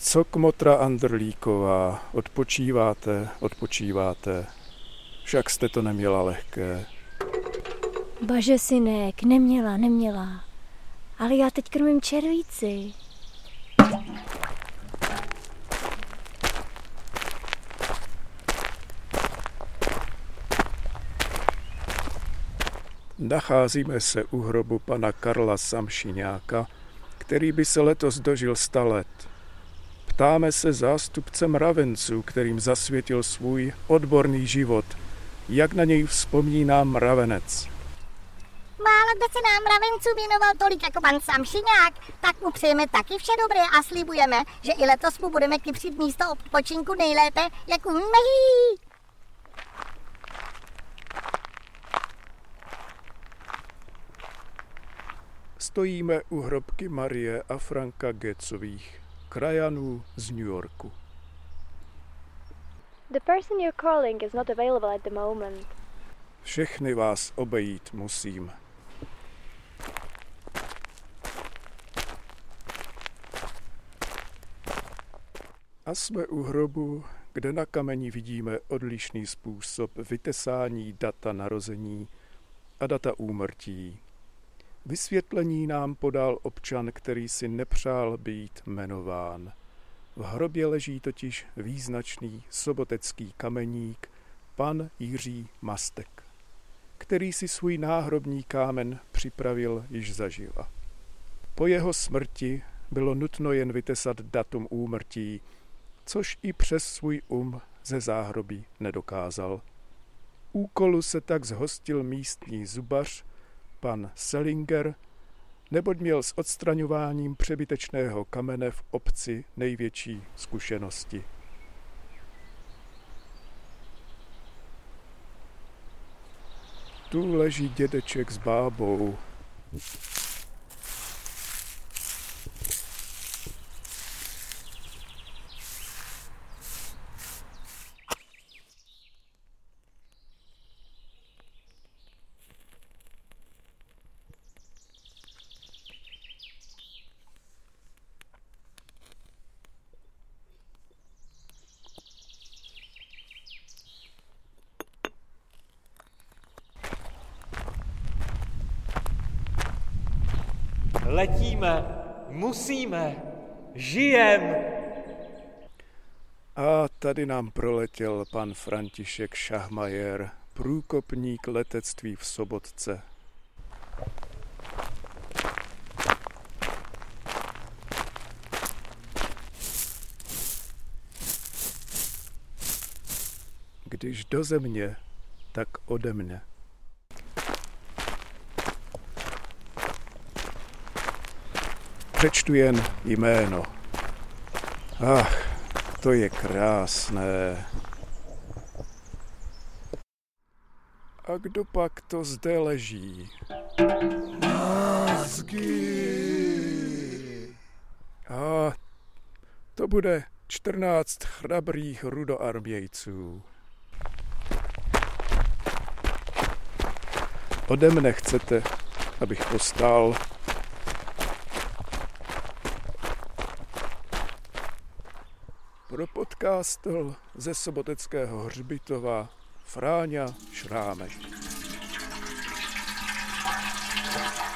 Co kmotra Andrlíková, odpočíváte, však jste to neměla lehké. Baže, synek, neměla, ale já teď krmím červíci. Nacházíme se u hrobu pana Karla Samšiňáka, který by se letos dožil 100 let. Ptáme se zástupce mravenců, kterým zasvětil svůj odborný život. Jak na něj vzpomíná mravenec? Málo kdo se nám mravenců věnoval tolik jako pan Samšiňák, tak mu přejeme taky vše dobré a slibujeme, že i letos mu budeme kypřit místo odpočinku nejlépe jako mehý. Stojíme u hrobky Marie a Franka Gecových, krajanů z New Yorku. The person you're calling is not available at the moment. Všechny vás obejít musím. A jsme u hrobu, kde na kameni vidíme odlišný způsob vytesání data narození a data úmrtí. Vysvětlení nám podal občan, který si nepřál být jmenován. V hrobě leží totiž význačný sobotecký kameník pan Jiří Mastek, který si svůj náhrobní kámen připravil již zaživa. Po jeho smrti bylo nutno jen vytesat datum úmrtí, což i přes svůj ze záhrobí nedokázal. Úkolu se tak zhostil místní zubař, pan Selinger, neboť měl s odstraňováním přebytečného kamene v obci největší zkušenosti. Tu leží dědeček s bábou. Letíme, musíme, žijem. A tady nám proletěl pan František Šachmajer, průkopník letectví v Sobotce. Když do země, tak ode mne. Přečtu jen jméno. Ach, to je krásné. A kdo pak to zde leží? Mázky! A to bude 14 chrabrých rudoarmějců. Ode mne chcete, abych postál. Pro podcast ze Soboteckého hřbitova Fráňa Šrámek.